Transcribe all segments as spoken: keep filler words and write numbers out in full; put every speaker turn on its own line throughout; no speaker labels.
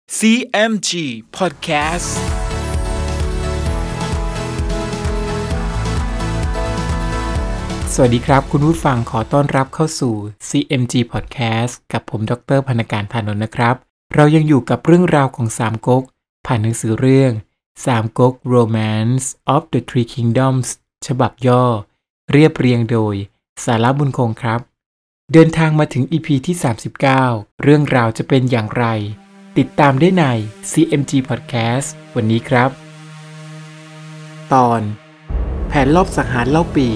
ซี เอ็ม จี Podcast
สวัสดีครับคุณผู้ฟังขอต้อนรับเข้าสู่ ซี เอ็ม จี Podcast กับผมดร.พรรณการ ธานนท์นะครับเรายังอยู่กับเรื่องราวของสามก๊กผ่านหนังสือเรื่องสามก๊ก Romance of the Three Kingdoms ฉบับย่อเรียบเรียงโดยสาระบุญคงครับเดินทางมาถึง อี พี ที่สามสิบเก้าเรื่องราวจะเป็นอย่างไรติดตามได้ใน ซี เอ็ม จี Podcast วันนี้ครับตอนแผนลอบสังหารเล่าปี่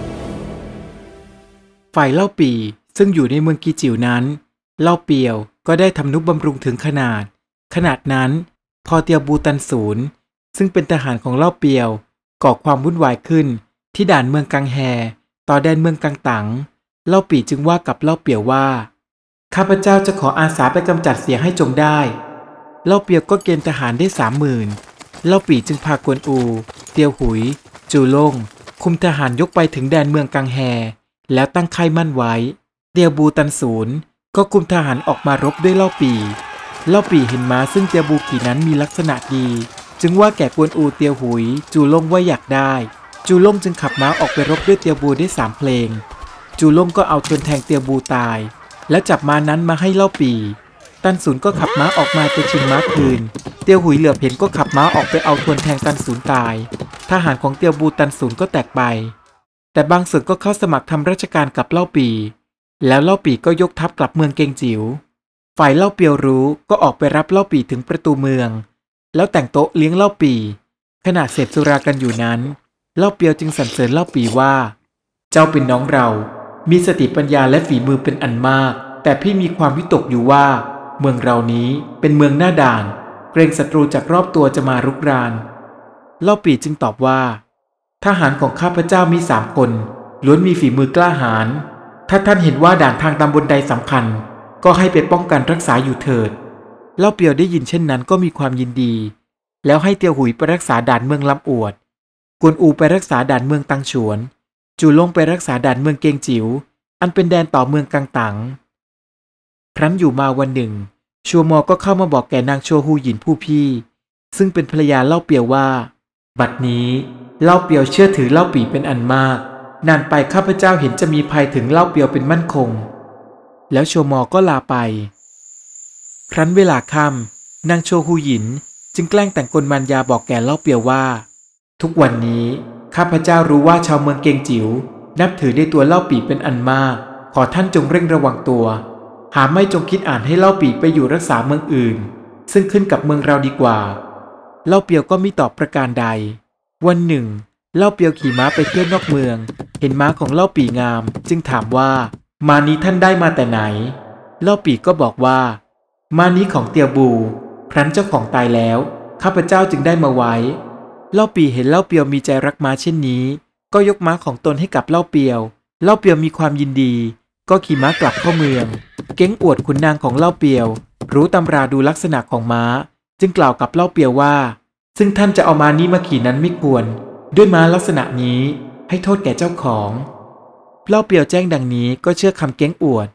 ฝ่ายเล่าปี่ซึ่งอยู่ในเมืองกีจิ๋วนั้นเล่าเปียวก็ได้ทำนุบำรุงถึงขนาดขนาดนั้นพอเตียวบูตันศูนย์ซึ่งเป็นทหารของเล่าเปียวก่อความวุ่นวายขึ้นที่ด่านเมืองกังแฮต่อแดนเมืองกังตังเล่าปี่จึงว่ากับเล่าเปียวว่าข้าพเจ้าจะขออาสาไปกำจัดเสียให้จงได้เล่าเปียวก็เกณฑ์ทหารได้สามหมื่นเล่าปี่จึงพากวนอูเตียวหุยจูล่งคุมทหารยกไปถึงแดนเมืองกังแฮแล้วตั้งค่ายมั่นไว้เตียวบูตันศูนย์ก็คุมทหารออกมารบด้วยเล่าปี่เล่าปี่เห็นม้าซึ่งเตียวบูขี่นั้นมีลักษณะดีจึงว่าแก่กวนอูเตียวหุยจูล่งว่าอยากได้จูล่งจึงขับม้าออกไปรบด้วยเตียวบูได้สามเพลงจูล่งก็เอาทวนแทงเตียวบูตายแล้วจับม้านั้นมาให้เล่าปี่ตันศูนย์ก็ขับม้าออกมาจะชิงม้าคืนเตียวหุยเหลือบเห็นก็ขับม้าออกไปเอาทวนแทงตันศูนย์ตายทหารของเตียวบูตันศูนย์ก็แตกไปแต่บางส่วนก็เข้าสมัครทำราชการกับเล่าปี่แล้วเล่าปี่ก็ยกทัพกลับเมืองเกงจิ๋วฝ่ายเล่าเปียวรู้ก็ออกไปรับเล่าปี่ถึงประตูเมืองแล้วแต่งโต๊ะเลี้ยงเล่าปี่ขณะเสพสุรากันอยู่นั้นเล่าเปียวจึงสรรเสริญเล่าปี่ว่าเจ้าเป็นน้องเรามีสติปัญญาและฝีมือเป็นอันมากแต่พี่มีความวิตกอยู่ว่าเมืองเรานี้เป็นเมืองหน้าด่านเกรงศัตรูจากรอบตัวจะมารุกรานเล่าปี่จึงตอบว่าทหารของข้าพเจ้ามีสามคนล้วนมีฝีมือกล้าหาญถ้าท่านเห็นว่าด่านทางตำบลใดสำคัญก็ให้ไปป้องกันรักษาอยู่เถิดเล่าเปียวได้ยินเช่นนั้นก็มีความยินดีแล้วให้เตียวหุยไปรักษาด่านเมืองลำอวดกวนอูไปรักษาด่านเมืองตังฉวนจูล่งไปรักษาด่านเมืองเกงจิ๋วอันเป็นแดนต่อเมืองกังตังครั้นอยู่มาวันหนึ่งชัวมอก็เข้ามาบอกแก่นางชัวฮูหยินผู้พี่ซึ่งเป็นภรรยาเล่าเปียวว่าบัดนี้เล่าเปียวเชื่อถือเล่าปี่เป็นอันมากนานไปข้าพเจ้าเห็นจะมีภัยถึงเล่าเปียวเป็นมั่นคงแล้วชัวมอก็ลาไปครั้นเวลาค่ำนางโชฮูหยินจึงแกล้งแต่งกลมารยาบอกแก่เล่าเปียวว่าทุกวันนี้ข้าพเจ้ารู้ว่าชาวเมืองเกงจิ๋วนับถือในตัวเล่าปี่เป็นอันมากขอท่านจงเร่งระวังตัวหาไม่จงคิดอ่านให้เล่าปี่ไปอยู่รักษาเมืองอื่นซึ่งขึ้นกับเมืองเราดีกว่าเล่าเปียวก็ไม่ตอบประการใดวันหนึ่งเล่าเปียวขี่ม้าไปเที่ยวนอกเมืองเห็นม้าของเล่าปี่งามจึงถามว่าม้านี้ท่านได้มาแต่ไหนเล่าปี่ก็บอกว่าม้านี้ของเตียวบูครั้นเจ้าของตายแล้วข้าพเจ้าจึงได้มาไว้เล่าปี่เห็นเล่าเปียวมีใจรักม้าเช่นนี้ก็ยกม้าของตนให้กับเล่าเปียวเล่าเปียวมีความยินดีก็ขี่ม้ากลับเข้าเมืองเก้งอวดขุนนางของเล่าเปียวรู้ตำราดูลักษณะของม้าจึงกล่าวกับเล่าเปียวว่าซึ่งท่านจะเอาม้านี้มาขี่นั้นไม่ควรด้วยม้าลักษณะนี้ให้โทษแก่เจ้าของเล่าเปียวแจ้งดังนี้ก็เชื่อคำเก้งอวด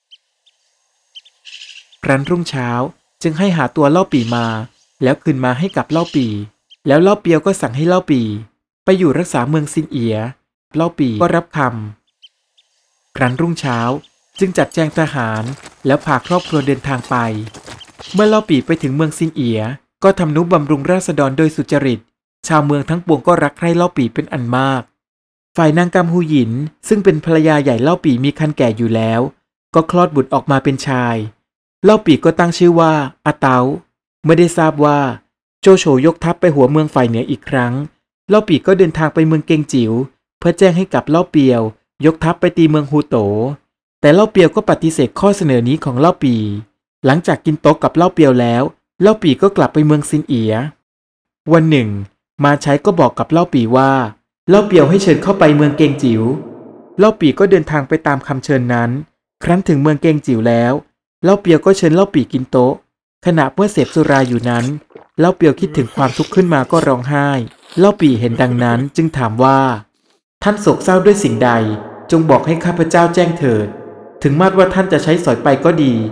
ครั้นรุ่งเช้าจึงให้หาตัวเล่าปี่มาแล้วคืนมาให้กับเล่าปี่แล้วเล่าเปียวก็สั่งให้เล่าปี่ไปอยู่รักษาเมืองซินเอียเล่าปี่ก็รับคำครั้นรุ่งเช้าจึงจัดแจงทหารแล้วพาครอบครัวเดินทางไปเมื่อเล่าปี่ไปถึงเมืองซินเอียก็ทำนุบำรุงราษฎรโดยสุจริตชาวเมืองทั้งปวงก็รักใคร่เล่าปี่เป็นอันมากฝ่ายนางกำฮูหยินซึ่งเป็นภรรยาใหญ่เล่าปี่มีคันแก่อยู่แล้วก็คลอดบุตรออกมาเป็นชายเล่าปี่ก็ตั้งชื่อว่าอาเตาเมื่อได้ทราบว่าโจโฉยกทัพไปหัวเมืองฝ่ายเหนืออีกครั้งเล่าปี่ก็เดินทางไปเมืองเกงจิ๋วเพื่อแจ้งให้กับเล่าเปียวยกทัพไปตีเมืองฮูโตแต่เล่าเปียวก็ปฏิเสธข้อเสนอนี้ของเล่าปี่หลังจากกินโต๊ะกับเล่าเปียวแล้วเล่าปี่ก็กลับไปเมืองซินเอียวันหนึ่งมาใช้ก็บอกกับเล่าปี่ว่าเล่าเปียวให้เชิญเข้าไปเมืองเกงจิ๋วเล่าปี่ก็เดินทางไปตามคำเชิญนั้นครั้นถึงเมืองเกงจิ๋วแล้วเล่าเปียวก็เชิญเล่าปี่กินโต๊ะขณะเมื่อเสพสุราอยู่นั้นเล่าเปียวคิดถึงความทุกข์ขึ้นมาก็ร้องไห้เล่าปี่เห็นดังนั้นจึงถามว่าท่านโศกเศร้าด้วยสิ่งใดจงบอกให้ข้าพเจ้าแจ้งเถิดถึงมาดว่าท่านจะใช้สอยไปก็ดี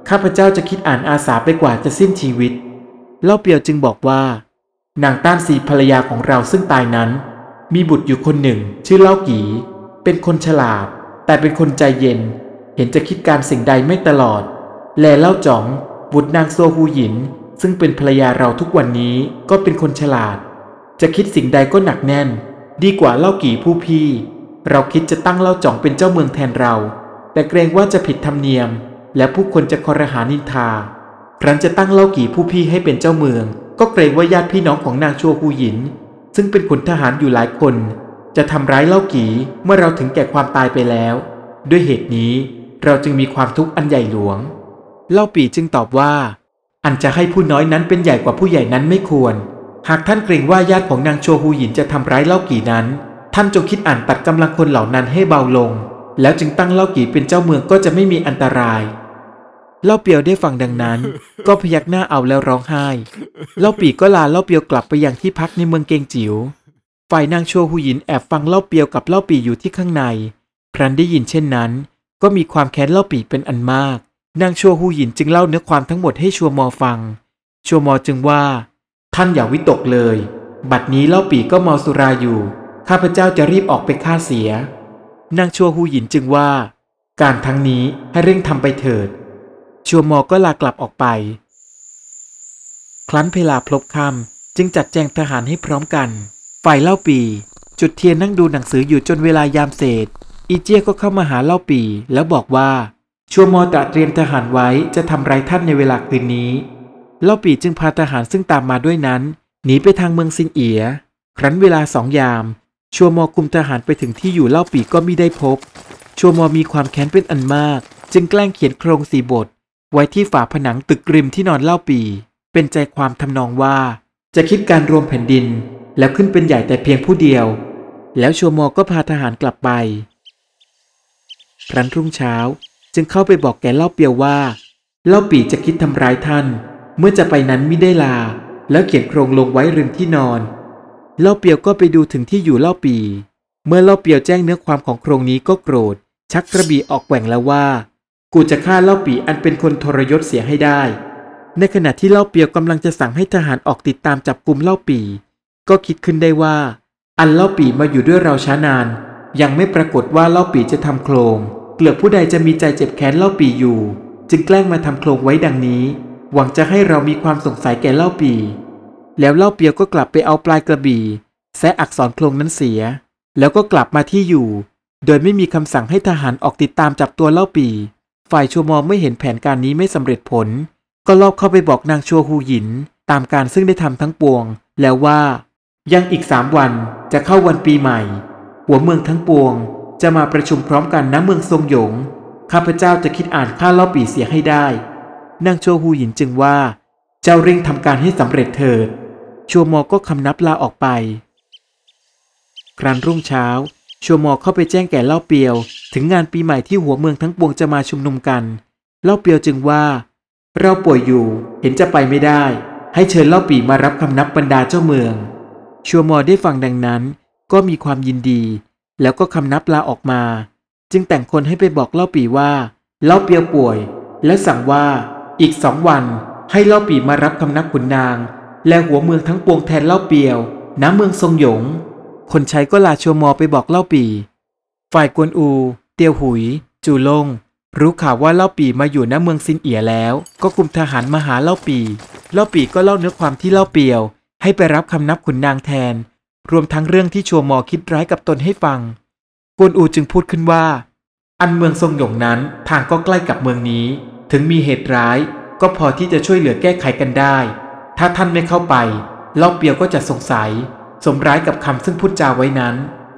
ข้าพเจ้าจะคิดอ่านอาสาไปกว่าจะสิ้นชีวิตเล่าเปียวจึงบอกว่านางต้านสีภรรยาของเราซึ่งตายนั้นมีบุตรอยู่คนหนึ่งชื่อเล่ากีเป็นคนฉลาดแต่เป็นคนใจเย็นเห็นจะคิดการสิ่งใดไม่ตลอดแลเล่าจ๋องบุตรนางโซฮูหยินซึ่งเป็นภรรยาเราทุกวันนี้ก็เป็นคนฉลาดจะคิดสิ่งใดก็หนักแน่นดีกว่าเล่ากี่ผู้พี่เราคิดจะตั้งเล่าจ๋องเป็นเจ้าเมืองแทนเราแต่เกรงว่าจะผิดธรรมเนียมและผู้คนจะคอรหานินทาครั้นจะตั้งเล่ากี่ผู้พี่ให้เป็นเจ้าเมืองก็เกรงว่าญาติพี่น้องของนางชัวฮูหยินซึ่งเป็นขุนทหารอยู่หลายคนจะทำร้ายเล่ากี่เมื่อเราถึงแก่ความตายไปแล้วด้วยเหตุนี้เราจึงมีความทุกข์อันใหญ่หลวงเล่าปี่จึงตอบว่าอันจะให้ผู้น้อยนั้นเป็นใหญ่กว่าผู้ใหญ่นั้นไม่ควรหากท่านเกรงว่าญาติของนางชัวฮูหยินจะทำร้ายเล่ากี่นั้นท่านจงคิดอ่านตัดกำลังคนเหล่านั้นให้เบาลงแล้วจึงตั้งเล่ากี่เป็นเจ้าเมืองก็จะไม่มีอันตรายเล่าเปียวได้ฟังดังนั้นก็พยักหน้าเอาแล้วร้องไห้เล่าปี่ก็ลาเล่าเปียวกลับไปยังที่พักในเมืองเกงจิ๋วฝ่ายนางชัวฮูหยินแอบฟังเล่าเปียวกับเล่าปี่อยู่ที่ข้างในครั้นได้ยินเช่นนั้นก็มีความแค้นเล่าปี่เป็นอันมากนางชัวฮูหยินจึงเล่าเนื้อความทั้งหมดให้ชัวมอฟังชัวมอจึงว่าท่านอย่าวิตกเลยบัดนี้เล่าปี่ก็เมาสุราอยู่ข้าพเจ้าจะรีบออกไปฆ่าเสียนางชัวฮูหยินจึงว่าการทั้งนี้ให้เร่งทำไปเถิดชัวมอก็ลากลับออกไปครั้นเวลาพลบค่ำจึงจัดแจงทหารให้พร้อมกันฝ่ายเล่าปี่จุดเทียนนั่งดูหนังสืออยู่จนเวลายามเศษอีเจี้ยก็เข้ามาหาเล่าปี่แล้วบอกว่าชัวมอตระเตรียมทหารไว้จะทำร้ายท่านในเวลาคืนนี้เล่าปี่จึงพาทหารซึ่งตามมาด้วยนั้นหนีไปทางเมืองซิงเอียครั้นเวลาสองยามชัวมอคุมทหารไปถึงที่อยู่เล่าปี่ก็มิได้พบชัวมอมีความแค้นเป็นอันมากจึงแกล้งเขียนโครงสี่บทไว้ที่ฝาผนังตึกริมที่นอนเล่าปี่เป็นใจความทำนองว่าจะคิดการรวมแผ่นดินแล้วขึ้นเป็นใหญ่แต่เพียงผู้เดียวแล้วชัวมอก็พาทหารกลับไปครั้นรุ่งเช้าจึงเข้าไปบอกแก่เล่าเปียวว่าเล่าปี่จะคิดทำร้ายท่านเมื่อจะไปนั้นมิได้ลาแล้วเขียนโครงลงไว้ริมที่นอนเล่าเปียวก็ไปดูถึงที่อยู่เล่าปี่เมื่อเล่าเปียวแจ้งเนื้อความของโครงนี้ก็โกรธชักกระบี่ออกแกว่งแล้วว่ากูจะฆ่าเล่าปี่อันเป็นคนทรยศเสียให้ได้ในขณะที่เล่าเปียวกำลังจะสั่งให้ทหารออกติดตามจับกุมเล่าปี่ก็คิดขึ้นได้ว่าอันเล่าปี่มาอยู่ด้วยเราช้านานยังไม่ปรากฏว่าเล่าปี่จะทำโครงเกลือผู้ใดจะมีใจเจ็บแค้นเล่าปี่อยู่จึงแกล้งมาทำโครงไว้ดังนี้หวังจะให้เรามีความสงสัยแก่เล่าปี่แล้วเล่าเปียวก็กลับไปเอาปลายกระบี่แซะอักษรโครงนั้นเสียแล้วก็กลับมาที่อยู่โดยไม่มีคำสั่งให้ทหารออกติดตามจับตัวเล่าปี่ฝ่ายชัวมอไม่เห็นแผนการนี้ไม่สำเร็จผลก็ลอบเข้าไปบอกนางชัวฮูหยินตามการซึ่งได้ทำทั้งปวงแล้วว่ายังอีกสามวันจะเข้าวันปีใหม่หัวเมืองทั้งปวงจะมาประชุมพร้อมกันณเมืองซงหยงข้าพเจ้าจะคิดอ่านฆ่าเล่าปี่เสียให้ได้นางชัวฮูหยินจึงว่าเจ้าเร่งทำการให้สำเร็จเถิดชัวมอก็คำนับลาออกไปครั้นรุ่งเช้าชัวมอเข้าไปแจ้งแก่เล่าเปียวถึงงานปีใหม่ที่หัวเมืองทั้งปวงจะมาชุมนุมกันเล่าเปียวจึงว่าเราป่วยอยู่เห็นจะไปไม่ได้ให้เชิญเล่าปี่มารับคำนับบรรดาเจ้าเมืองชัวมอได้ฟังดังนั้นก็มีความยินดีแล้วก็คำนับลาออกมาจึงแต่งคนให้ไปบอกเล่าปี่ว่าเล่าเปียวป่วยและสั่งว่าอีกสองวันให้เล่าปี่มารับคำนับขุนนางและหัวเมืองทั้งปวงแทนเล่าเปียวณเมืองซงหยงคนใช้ก็ลาชัวมอไปบอกเล่าปี่ฝ่ายกวนอูเตียวหุยจูลงรู้ข่าวว่าเล่าปี่มาอยู่ณเมืองซินเอียแล้วก็คุมทหารมาหาเล่าปี่เล่าปี่ก็เล่าเนื้อความที่เล่าเปียวให้ไปรับคำนับขุนนางแทนรวมทั้งเรื่องที่ชัวมอคิดร้ายกับตนให้ฟังกวนอูจึงพูดขึ้นว่าอันเมืองซงหยงนั้นทางก็ใกล้กับเมืองนี้ถึงมีเหตุร้ายก็พอที่จะช่วยเหลือแก้ไขกันได้ถ้าท่านไม่เข้าไปเล่าเปียวก็จะสงสัยสมร้ายกับคำซึ่งพูดจาไว้นั้น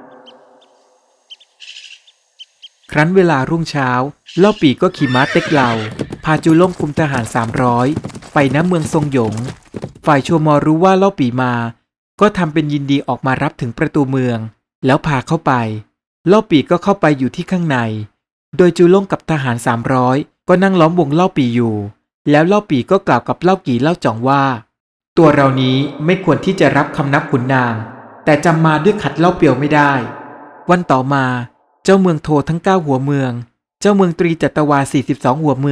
ครั้นเวลารุ่งเช้าเล่าปี่ก็ขี่ม้าเต็กเหล่าพาจูล่งคุมทหารสามร้อยไปณเมืองซงหยงฝ่ายชัวมอรู้ว่าเล่าปี่มาก็ทำเป็นยินดีออกมารับถึงประตูเมืองแล้วพาเข้าไปเล่าปี่ก็เข้าไปอยู่ที่ข้างในโดยจูล่งกับทหารสามร้อยก็นั่งล้อมวงเล่าปี่อยู่แล้วเล่าปี่ก็กล่าวกับเล่ากี่เล่าจ่องว่าตัวเรานี้ไม่ควรที่จะรับคำนับขุนนางแต่จำมาด้วยขัดเล่าเปียวไม่ได้วันต่อมาเจ้าเมืองโททั้งเก้าหัวเมืองเจ้าเมืองตรีจัตวาสี่สิบสองหัวเมือง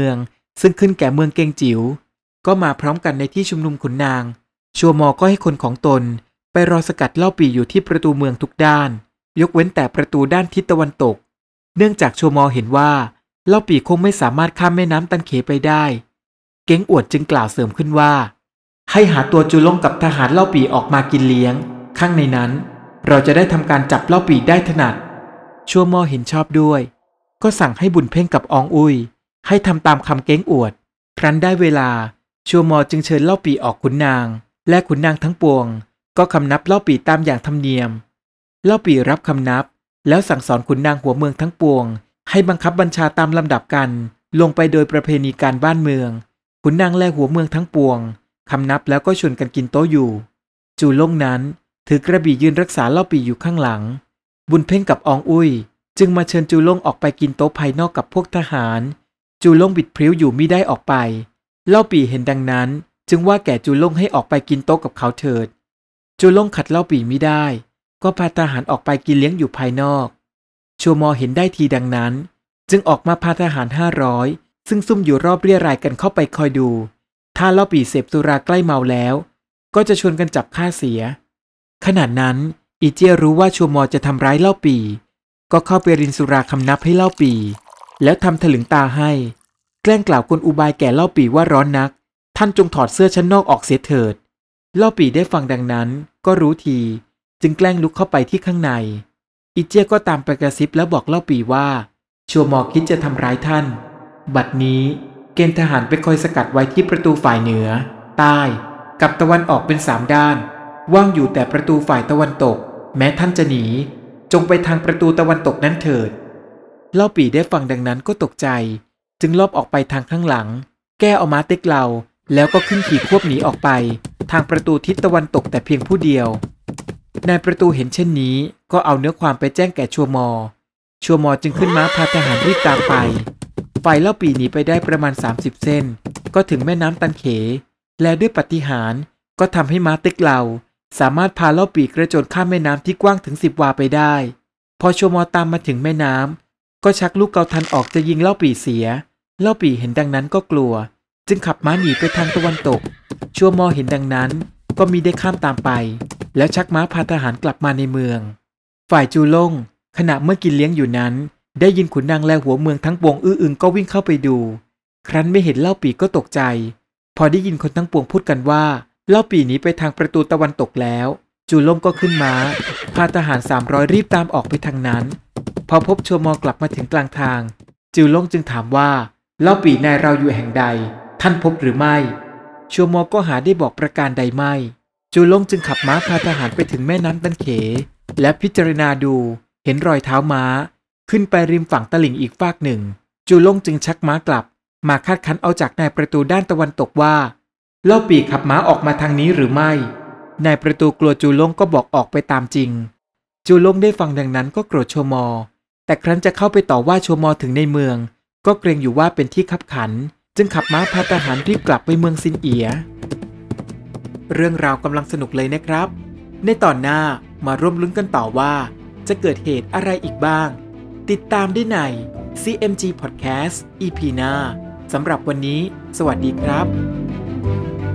ซึ่งขึ้นแก่เมืองเกงจิ๋วก็มาพร้อมกันในที่ชุมนุมขุนนางชัวมอก็ให้คนของตนไปรอสกัดเล่าปี่อยู่ที่ประตูเมืองทุกด้านยกเว้นแต่ประตูด้านทิศตะวันตกเนื่องจากชัวมอเห็นว่าเล่าปี่คงไม่สามารถข้ามแม่น้ำตันเขไปได้เก้งอวดจึงกล่าวเสริมขึ้นว่าให้หาตัวจูล่งกับทหารเล่าปี่ออกมากินเลี้ยงข้างในนั้นเราจะได้ทำการจับเล่าปี่ได้ถนัดชัวมอเห็นชอบด้วยก็สั่งให้บุญเพ่งกับอองอุยให้ทำตามคำเก้งอวดครั้นได้เวลาชัวมอจึงเชิญเล่าปี่ออกขุนนางและขุนนางทั้งปวงก็คำนับเล่าปี่ตามอย่างธรรมเนียมเล่าปี่รับคำนับแล้วสั่งสอนขุนนางหัวเมืองทั้งปวงให้บังคับบัญชาตามลำดับกันลงไปโดยประเพณีการบ้านเมืองขุนนางและหัวเมืองทั้งปวงคำนับแล้วก็ชวนกันกินโต๊ะอยู่จูล่งนั้นถือกระบี่ยืนรักษาเล่าปี่อยู่ข้างหลังบุญเพ่งกับอองอุยจึงมาเชิญจูล่งออกไปกินโต๊ะภายนอกกับพวกทหารจูล่งบิดพริ้วอยู่มิได้ออกไปเล่าปี่เห็นดังนั้นจึงว่าแก่จูล่งให้ออกไปกินโต๊ะกับเขาเถิดจูล่งขัดเล่าปี่มิได้ก็พาทหารออกไปกินเลี้ยงอยู่ภายนอกชัวมอเห็นได้ทีดังนั้นจึงออกมาพาทหารห้าร้อยซึ่งซุ่มอยู่รอบเรี่ยรายกันเข้าไปคอยดูถ้าเล่าปี่เสพสุราใกล้เมาแล้วก็จะชวนกันจับฆ่าเสียขณะนั้นอีเจียรู้ว่าชัวมอจะทำร้ายเล่าปี่ก็เข้าไปรินสุราคำนับให้เล่าปี่แล้วทำถลึงตาให้แกล้งกล่าวกลอุบายแก่เล่าปี่ว่าร้อนนักท่านจงถอดเสื้อชั้นนอกออกเสียเถิดเล่าปี่ได้ฟังดังนั้นก็รู้ทีจึงแกล้งลุกเข้าไปที่ข้างในอีเจียก็ตามไปกระซิบแล้วบอกเล่าปี่ว่าชัวมอคิดจะทำร้ายท่านบัดนี้เกณฑ์ทหารไปคอยสกัดไว้ที่ประตูฝ่ายเหนือใต้กับตะวันออกเป็นสามด้านว่างอยู่แต่ประตูฝ่ายตะวันตกแม้ท่านจะหนีจงไปทางประตูตะวันตกนั้นเถิดเล่าปี่ได้ฟังดังนั้นก็ตกใจจึงลอบออกไปทางข้างหลังแก้เอาม้าเต็กเหลาแล้วก็ขึ้นขี่ควบหนีออกไปทางประตูทิศตะวันตกแต่เพียงผู้เดียวนายประตูเห็นเช่นนี้ก็เอาเนื้อความไปแจ้งแก่ชัวมอชัวมอจึงขึ้นม้าพาทหารรีบตามไปฝ่ายเล่าปี่หนีไปได้ประมาณสามสิบเส้นก็ถึงแม่น้ำตันเขและด้วยปาฏิหาริย์ก็ทำให้ม้าเต็กเหลาสามารถพาเล่าปี่กระโจนข้ามแม่น้ำที่กว้างถึงสิบวาไปได้พอชัวมอตามมาถึงแม่น้ำก็ชักลูกเกาทันออกจะยิงเล่าปี่เสียเล่าปี่เห็นดังนั้นก็กลัวจึงขับม้าหนีไปทางตะวันตกชัวมอเห็นดังนั้นก็มิได้ข้ามตามไปแล้วชักม้าพาทหารกลับมาในเมืองฝ่ายจูล่งขณะเมื่อกินเลี้ยงอยู่นั้นได้ยินขุนนางและหัวเมืองทั้งปวงอื้ออึงก็วิ่งเข้าไปดูครั้นไม่เห็นเล่าปี่ก็ตกใจพอได้ยินคนทั้งปวงพูดกันว่าเล่าปี่หนีไปทางประตูตะวันตกแล้วจูล่งก็ขึ้นม้าพาทหารสามร้อยรีบตามออกไปทางนั้นพอพบชัวมอกลับมาถึงกลางทางจูล่งจึงถามว่าเล่าปี่นายเราอยู่แห่งใดท่านพบหรือไม่ชัวมอก็หาได้บอกประการใดไม่จูล่งจึงขับม้าพาทหารไปถึงแม่น้ำตันเขและพิจารณาดูเห็นรอยเท้าม้าขึ้นไปริมฝั่งตลิ่งอีกฟากหนึ่งจูล่งจึงชักม้ากลับมาคาดคั้นเอาจากนายประตูด้านตะวันตกว่าเล่าปี่ขับม้าออกมาทางนี้หรือไม่นายประตูกลัวจูล่งก็บอกออกไปตามจริงจูล่งได้ฟังดังนั้นก็โกรธชัวมอแต่ครั้นจะเข้าไปต่อว่าชัวมอถึงในเมืองก็เกรงอยู่ว่าเป็นที่คับขันจึงขับม้าพาทหารรีบกลับไปเมืองซินเอียเรื่องราวกำลังสนุกเลยนะครับในตอนหน้ามาร่วมลุ้นกันต่อว่าจะเกิดเหตุอะไรอีกบ้างติดตามได้ใน ซี เอ็ม จี Podcast อี พี หน้าสำหรับวันนี้สวัสดีครับ